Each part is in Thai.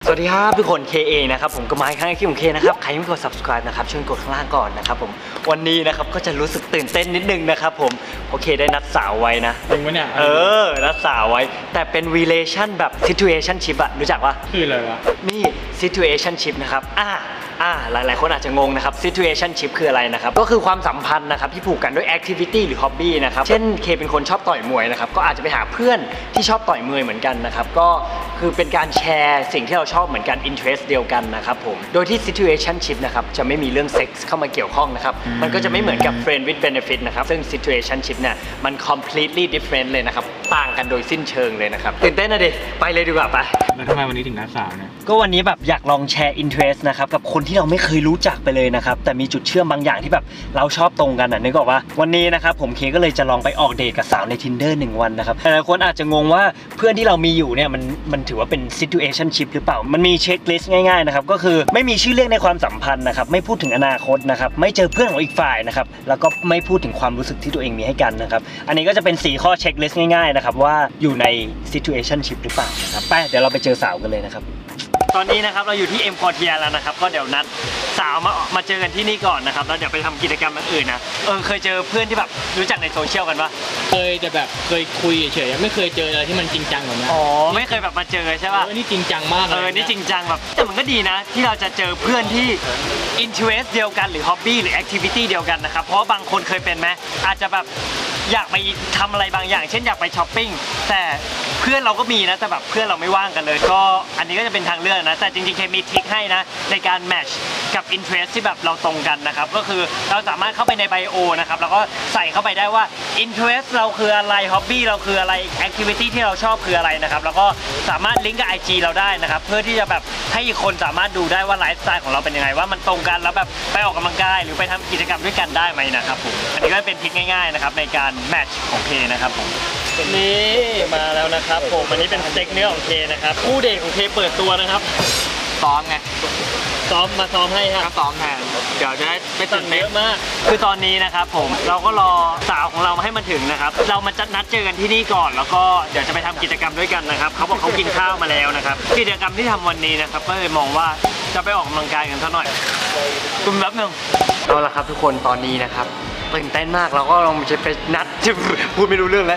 สวัสดีครับทุกคน KA นะครับผมก็มาอีกครั้งในคลิปของ K นะครับใครยังไม่กด subscribe นะครับช่วยกดข้างล่างก่อนนะครับผมวันนี้นะครับก็จะรู้สึกตื่นเต้นนิดนึงนะครับผมโอเคได้นัดสาวไว้นะจริงปะเนี่ยนัดสาวไว้แต่เป็น relation แบบ situationship อะรู้จักปะคืออะไรวะนี่ situationship นะครับหลายคนอาจจะงงนะครับ situationship คืออะไรนะครับก็คือความสัมพันธ์นะครับที่ผูกกันด้วย activity หรือ hobby นะครับเช่น K เป็นคนชอบต่อยมวยนะครับก็อาจจะไปหาเพื่อนที่ชอบต่อยมวยเหมือนกันนะครับก็คือเป็นการแชร์สิ่งที่เราชอบเหมือนกัน interest เดียวกันนะครับผมโดยที่ situationship นะครับจะไม่มีเรื่องเซ็กส์เข้ามาเกี่ยวข้องนะครับมันก็จะไม่เหมือนกับ friend with benefit นะครับซึ่ง situationship เนี่ยมัน completely different เลยนะครับต่างกันโดยสิ้นเชิงเลยนะครับตื่นเต้นนะดิไปเลยดีกว่าไปแล้วทำไมวันนี้ถึงนัดสาวเนี่ยก็วันนี้แบบอยากลองแชร์ interest นะครับกับคนที่เราไม่เคยรู้จักไปเลยนะครับแต่มีจุดเชื่อมบางอย่างที่แบบเราชอบตรงกันนึกออกว่าวันนี้นะครับผมเคก็เลยจะลองไปออกเดทกับสาวใน Tinder 1 วันนะครับหลายคนอาจจะงงว่าเพื่อนที่เรามีอยู่เนี่ยมันถือว่าเป็น situationship หรือเปล่ามันมีเช็คลิสต์ง่ายๆนะครับก็คือไม่มีชื่อเรียกในความสัมพันธ์นะครับไม่พูดถึงอนาคตนะครับไม่เจอเพื่อนของอีกฝ่ายนะครับแล้วก็ไม่พูดถึงความรู้สึกที่ตัวเองมีให้กันนะครับอันนี้ก็จะเป็น4ข้อเช็คลิสต์ง่ายๆนะครับว่าอยู่ใน situationship หรือเปล่านะครับไปเดี๋ยวเราไปเจอสาวกันเลยนะครับตอนนี้นะครับเราอยู่ที่ M Quartier แล้วนะครับก็เดี๋ยวนัดสาวมาเจอกันที่นี่ก่อนนะครับแล้วเดี๋ยวไปทำกิจกรรมอื่นนะเคยเจอเพื่อนที่แบบรู้จักในโซเชียลกันปะเคยแต่แบบเคยคุยเฉยๆไม่เคยเจออะไรที่มันจริงจังแบบนี้ไม่เคยแบบมาเจอใช่ปะนี่จริงจังมากเลยนี่จริงจังแบบแต่มันก็ดีนะที่เราจะเจอเพื่อนที่ interest เดียวกันหรือ hobby หรือ activity เดียวกันนะครับเพราะว่าบางคนเคยเป็นไหมอาจจะแบบอยากไปทำอะไรบางอย่างเช่นอยากไปช้อปปิ้งแต่เพื่อนเราก็มีนะแต่แบบเพื่อนเราไม่ว่างกันเลยก็อันนี้ก็จะเป็นทางเลือกนะแต่จริงๆเคมีทริคให้นะในการแมทช์กับ interest ที่แบบเราตรงกันนะครับก็คือเราสามารถเข้าไปในไบโอนะครับแล้วก็ใส่เข้าไปได้ว่า interest เราคืออะไร hobby เราคืออะไร activity ที่เราชอบคืออะไรนะครับแล้วก็สามารถลิงก์กับ IG เราได้นะครับเพื่อที่จะแบบให้คนสามารถดูได้ว่าไลฟ์สไตล์ของเราเป็นยังไงว่ามันตรงกันแล้วแบบไปออกกำลังกายหรือไปทำกิจกรรมด้วยกันได้ไหมนะครับผมอันนี้ก็เป็นทริคง่ายๆนะครับในการแมทช์ของเคนะครับผมนี่มาแล้วนะครับผมอันนี้เป็นสเต็กเนื้อของเคนะครับคู่เดทของเคเปิดตัวนะครับซ้อมไงมาซ้อมให้ครับก็ซ้อมแทนเดี๋ยวจะได้ไม่ตื่นเต้นมากคือตอนนี้นะครับผมเราก็รอสาวของเราให้มาถึงนะครับเรามานัดเจอกันที่นี่ก่อนแล้วก็เดี๋ยวจะไปทำกิจกรรมด้วยกันนะครับเขาบอกเขากินข้าวมาแล้วนะครับกิจกรรมที่ทำวันนี้นะครับก็เลยมองว่าจะไปออกกำลังกายกันสักหน่อยคุณแป๊บนึงเอาละครับทุกคนตอนนี้นะครับตื่นเต้นมากเราก็ลองจะไปนัดพูดไม่รู้เรื่องแล้ว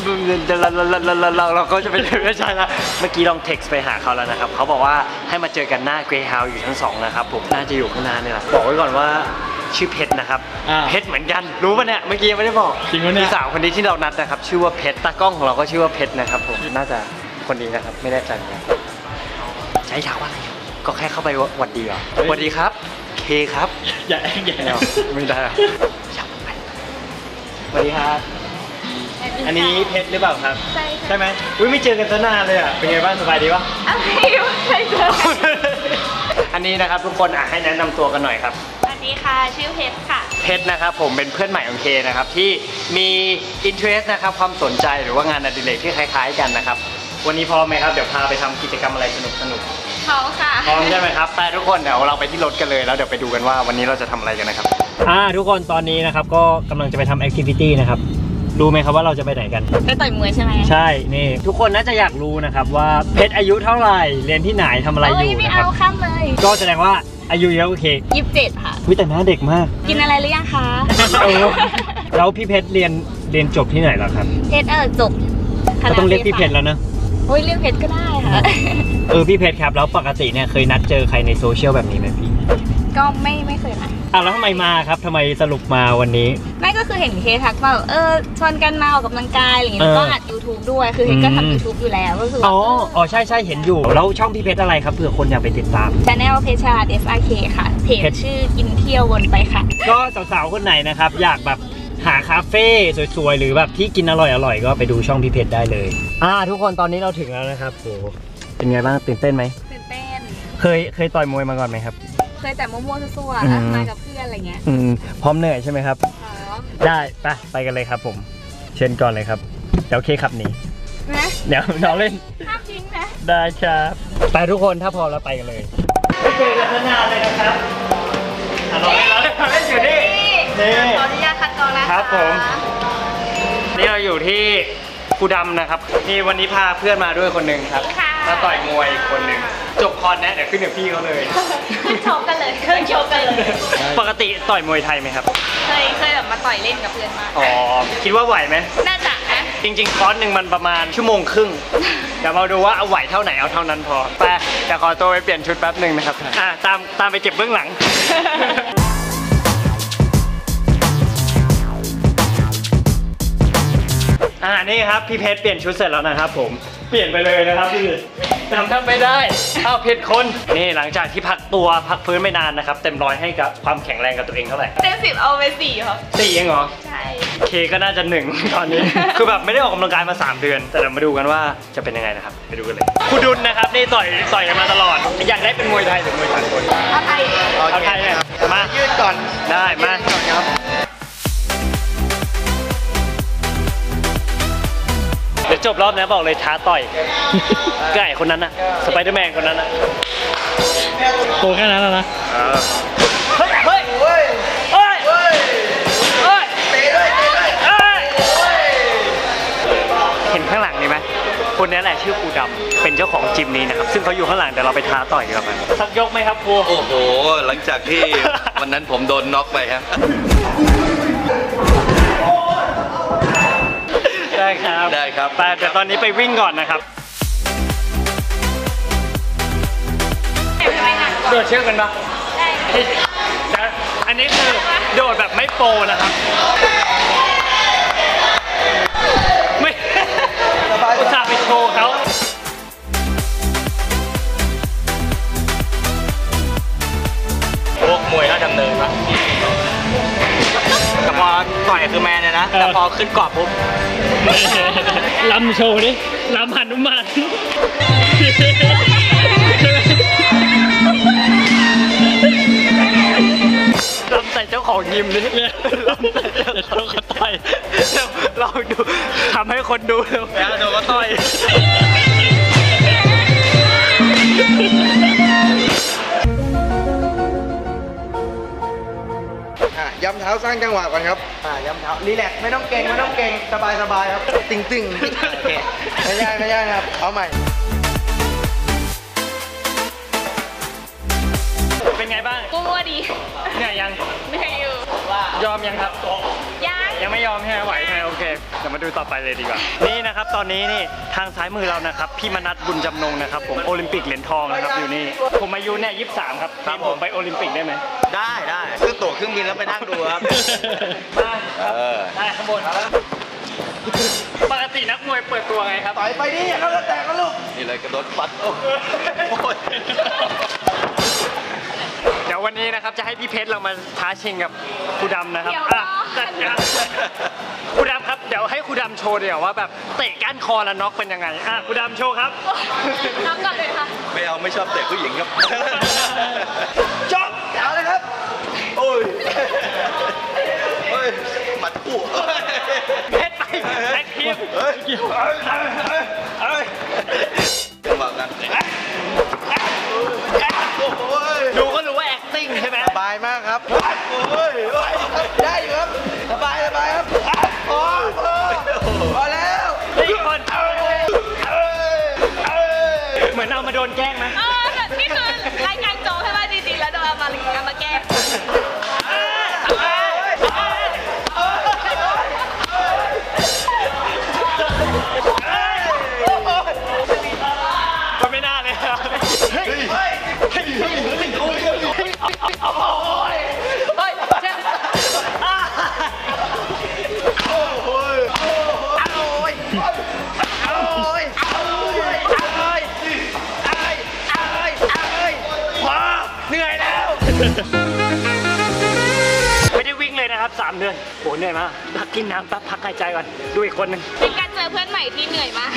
เราก็จะไปไม่ใช่ละเมื่อกี้ลองเท็กซ์ไปหาเขาแล้วนะครับเขาบอกว่าให้มาเจอกันหน้า Greyhound อยู่ชั้น 2นะครับผมน่าจะอยู่ข้างหน้านี่แหละบอกไว้ก่อนว่าชื่อเพชรนะครับเพชรเหมือนกันรู้ป่ะเนี่ยเมื่อกี้ยังไม่ได้บอกจริงป่ะเนี่ยสาวคนนี้ที่เรานัดนะครับชื่อว่าเพชรตากล้องของเราก็ชื่อว่าเพชรนะครับผมน่าจะคนนี้นะครับไม่แน่ใจนะใช้ถามว่าอะไรก็แค่เข้าไปหวัดดีเหรอสวัสดีครับเคครับอย่าไม่ได้สวัสดีครับอันนี้เพชรหรือเปล่าครับใช่ไหมไม่เจอกันตั้งนานเลยอ่ะเป็นไงบ้างสบายดีปะใช่เจออันนี้นะครับทุกคนให้แนะนำตัวกันหน่อยครับสวัสดีค่ะชื่อเพชรค่ะเพชรนะครับผมเป็นเพื่อนใหม่ของเคนะครับที่มี interest นะครับความสนใจหรือว่างานอดิเรกที่คล้ายๆกันนะครับวันนี้พร้อมไหมครับเดี๋ยวพาไปทำกิจกรรมอะไรสนุกพร้อมค่ะพร้อมใช่ไหมครับไปทุกคนเดี๋ยวเราไปที่รถกันเลยแล้วเดี๋ยวไปดูกันว่าวันนี้เราจะทำอะไรกันนะครับทุกคนตอนนี้นะครับก็กำลังจะไปทำ activity นะครับรู้ไหมครับว่าเราจะไปไหนกันไปต่อยมวยใช่ไหมใช่นี่ทุกคนน่าจะอยากรู้นะครับว่าเพชรอายุเท่าไหร่เรียนที่ไหนทำอะไรอยู่นะครับไม่เอาข้ามเลยก็แสดงว่าอายุเยอะโอเค 27ค่ะแต่หน้าเด็กมากกินอะไรหรือยังคะแล้วพี่เพชรเรียนจบที่ไหนล่ะครับเพชรจบก็ต้องเรียกพี่เพชรแล้วนะโอ้ยเรียกเพชรก็ได้ค่ะพี่เพชรครับแล้วปกติเนี่ยเคยนัดเจอใครในโซเชียลแบบนี้ไหมพี่ก็ไม่เคยนะแล้วทำไมมาครับทำไมสรุปมาวันนี้ไม่ก็คือเห็นเคทักว่าชวนกันมาออกกำลังกายอะไรอย่างเงี้ยก็อัด YouTube ด้วยคือเห็นก็ทำ YouTube อยู่แล้วก็คือใช่เห็นอยู่แล้วช่องพี่เพชรอะไรครับเผื่อคนอยากไปติดตาม Channel เพชรชา SRK ค่ะเพจชื่อกินเที่ยววนไปค่ะก็สาวๆคนไหนนะครับอยากแบบหาคาเฟ่สวยๆหรือแบบที่กินอร่อยก็ไปดูช่องพี่เพชรได้เลยทุกคนตอนนี้เราถึงแล้วนะครับโหเป็นไงบ้างตื่นเต้นไหมตื่นเต้นเคยต่อยมวยมาก่อนไหมครับเคยแต่มั่วๆซั่วๆมากับเพื่อนอะไรเงี้ยพร้อมเหนื่อยใช่ไหมครับพร้อมได้ไปกันเลยครับผมเชิญก่อนเลยครับเดี๋ยวเคขับหนีนะเดี๋ยวน้องเล่นห้ามทิ้งนะได้ครับไปทุกคนถ้าพอแล้วไปกันเลยไม่เจอกันนานเลยนะครับเราเล่นอยู่นี่ขออนุญาตคัดกรองนะครับผมนี่เราอยู่ที่กูดำนะครับนี่วันนี้พาเพื่อนมาด้วยคนหนึ่งครับมาต่อยมวยอีกคนหนึ่งจบคอนนะเดี๋ยวขึ้นกับพี่เขาเลยขึ้นชกกันเลยขึ้นชกกันเลยปกติต่อยมวยไทยไหมครับเคยแบบมาต่อยเล่นกับเพื่อนมาอ๋อคิดว่าไหวไหมน่าจะนะจริงๆคอร์สหนึ่งมันประมาณชั่วโมงครึ่งเดี๋ยวมาดูว่าเอาไหวเท่าไหนเอาเท่านั้นพอไปจะขอตัวไปเปลี่ยนชุดแป๊บหนึ่งนะครับตามไปเก็บเบื้องหลัง นี่ครับพี่เพชรเปลี่ยนชุดเสร็จแล้วนะครับผมเปลี่ยนไปเลยนะครับพี่จำท่านไม่ได้เอาเพชรคนนี่หลังจากที่พักฟื้นไม่นานนะครับเต็มร้อยให้กับความแข็งแรงกับตัวเองเท่าไหร่เต็ม10เอาไป4ครับ 4เองเหรอใช่เคก็น่าจะ1ตอนนี้ คือแบบไม่ได้ออกกำลังกายมา3เดือนแต่เดี๋ยวมาดูกันว่าจะเป็นยังไงนะครับไปดูกันเลยครูดุลนะครับนี่ต่อยกันมาตลอดอยากได้เป็นมวยไทยหรือมวยสากลเอาไทยเอาไทยนะครับมายืดก่อนได้มาก่อนครับเดี๋ยวจบรอบนะบอกเลยท้าต่อยก็ไอ้คนนั้นน่ะสไปเดอร์แมนคนนั้นน่ะโตแค่นั้นแล้วนะเฮ้ยเฮ้ยเฮ้ยเฮ้ยเฮ้ยเห็นข้างหลังนี่ไหมคนนี้แหละชื่อครูดำเป็นเจ้าของจิมนี้นะครับซึ่งเขาอยู่ข้างหลังเดี๋ยวเราไปท้าต่อยกันสักยกไหมครับครูโอ้โห หลังจากที่ วันนั้นผมโดนน็อกไปครับได้ครับได้ครับไปเดี๋ยวตอนนี้ไปวิ่งก่อนนะครับโดดเชือกกันปะได้อันนี้คือโดดแบบไม่โปรนะครับไม่อุตส่าห์ไปโชว์เขาพวกมวยน่าดำเนินปะแต่พอต่อยคือแมนเลยนะแต่พอขึ้นกรอบปุ๊บลำโชว์ดิลำหันุมานลำใส่เจ้าของยิมนี่ลำใส่เจ้าของก็ต่อยลองดูทำให้คนดูเร็วแล้วดูก็ต่อยย้ำเท้าสร้างจังหวะก่อนครับย้ำเท้ารีแลกซ์ไม่ต้องเก่งสบายครับตึงโอเคไม่ยากครับเอาใหม่เป็นไงบ้างกลัวดีเนี่ยยังไม่ให้อยู่ยอมยังครับ ยังไม่ยอมใช่ไหมไหวใช่ไหมโอเคเดี๋ยวมาดูต่อไปเลยดีกว่านี่นะครับตอนนี้นี่ทางซ้ายมือเรานะครับพี่มนัสบุญจำนงนะครับผมโอลิมปิกเหรียญทองนะครับอยู่นี่ผมอายุเนี่ย23ครับทีมผมไปโอลิมปิกได้ไหมได้ซื้อตั๋วเครื่องบินแล้วไปนั่งดูครับมาได้ข้างบนปกตินักมวยเปิดตัวไงครับต่อยไปดิเขาจะแตกก็ลูกนี่เลยกระโดดปัดโอ้ยเดี๋ยววันนี้นะครับจะให้พี่เพชรเรามาท้าชิงกับครูดำนะครับเดี๋ยวจัดการครูดำครับเดี๋ยวให้ครูดำโชว์เดี๋ยวว่าแบบเตะก้านคอแล้วน็อกเป็นยังไงครูดำโชว์ครับน้องก่อนเลยค่ะไม่ชอบเตะผู้หญิงครับจบเอาเลยครับโอ้ยหมัดคู่เพชรไปแอคทีฟจังหวะกันดูก็รู้ว่า acting ใช่ไหมสบายมากครับได้อยู่ครับสบายครับพอแล้วนี่คนเหมือนเอามาโดนแกล้งไหมนี่คือรายการโจ๊กใช่ไหมจริงๆแล้วโดนเอามาแก้ก็ไม่น่าเลยครับเหนื่อยแล้ว ไม่ได้วิ่งเลยนะครับ3 เดือนโหเหนื่อยมากพักกินน้ำแป๊บพักหายใจก่อนดูอีกคนหนึ่งเป็นการเจอเพื่อนใหม่ที่เหนื่อยมาก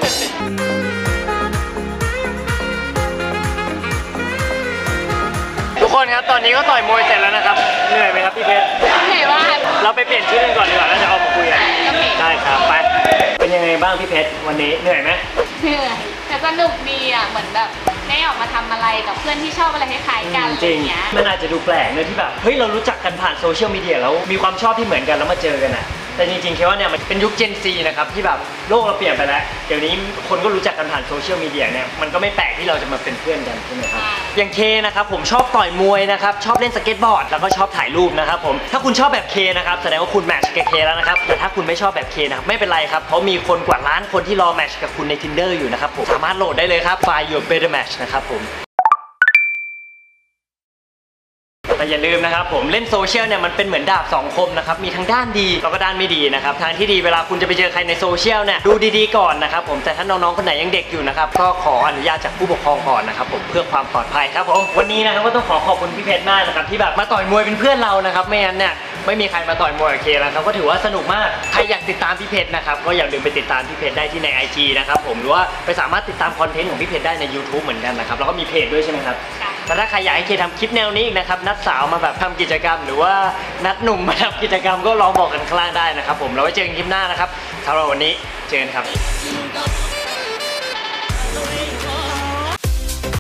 ทุกคนครับตอนนี้ก็ต่อยมวยเสร็จแล้วนะครับเหนื่อยไหมครับพี่เพชรเหนื่อยมากเราไปเปลี่ยนชุดกันก่อนดีกว่าแล้วจะเอามาคุยกันโอเคได้ครับไปเป็นยังไงบ้างพี่เพชรวันนี้เหนื่อยไหมเหนื่อยแต่สนุกดีอ่ะเหมือนแบบได้ออกมาทำอะไรกับเพื่อนที่ชอบอะไรคล้ายๆกันจริงอย่างเงี้ยมันอาจจะดูแปลกเลยที่แบบเฮ้ยเรารู้จักกันผ่านโซเชียลมีเดียแล้วมีความชอบที่เหมือนกันแล้วมาเจอกันอ่ะแต่จริงๆเคว่าเนี่ยมันเป็นยุค Gen Z นะครับที่แบบโลกเราเปลี่ยนไปแล้วเดี๋ยวนี้คนก็รู้จักกันผ่านโซเชียลมีเดียเนี่ยมันก็ไม่แปลกที่เราจะมาเป็นเพื่อนกันใช่ไหมครับอย่างเคนะครับผมชอบต่อยมวยนะครับชอบเล่นสเก็ตบอร์ดแล้วก็ชอบถ่ายรูปนะครับผมถ้าคุณชอบแบบเคนะครับแสดงว่าคุณแมทช์กับเคแล้วนะครับแต่ถ้าคุณไม่ชอบแบบเคนะครับไม่เป็นไรครับเพราะมีคนกว่าล้านคนที่รอแมทช์กับคุณใน Tinder อยู่นะครับผมสามารถโหลดได้เลยครับ Find Your Better Match นะครับผมแต่อย่าลืมนะครับผมเล่นโซเชียลเนี่ยมันเป็นเหมือนดาบสองคมนะครับมีทั้งด้านดีแล้วก็ด้านไม่ดีนะครับทางที่ดีเวลาคุณจะไปเจอใครในโซเชียลเนี่ยดูดีๆก่อนนะครับผมแต่ถ้าน้องๆคนไหนยังเด็กอยู่นะครับก็ขออนุญาตจากผู้ปกครองก่อนนะครับผมเพื่อความปลอดภัยครับผมวันนี้นะครับก็ต้องขอบคุณพี่เพชรมากนะครับที่แบบมาต่อยมวยเป็นเพื่อนเรานะครับไม่งั้นเนี่ยไม่มีใครมาต่อยมวยกับเคแล้วครับก็ถือว่าสนุกมากใครอยากติดตามพี่เพชรนะครับก็อย่าลืมไปติดตามพี่เพชรได้ที่ใน IG นะครับผมหรือว่าไปสามารถติดตามคอนเทนต์ของพี่เพชรได้ใน YouTube เหมือนกันนะครับแล้วก็มีเพจด้วยใช่ไหมครับแต่ถ้าใครอยากให้เคทำคลิปแนวนี้อีกนะครับนัดสาวมาแบบทำกิจกรรมหรือว่านัดหนุ่มมาทำกิจกรรมก็ลองบอกกันข้างล่างได้นะครับผมเราไว้เจอกันคลิปหน้านะครับสำหรับวันนี้เจอกันครับ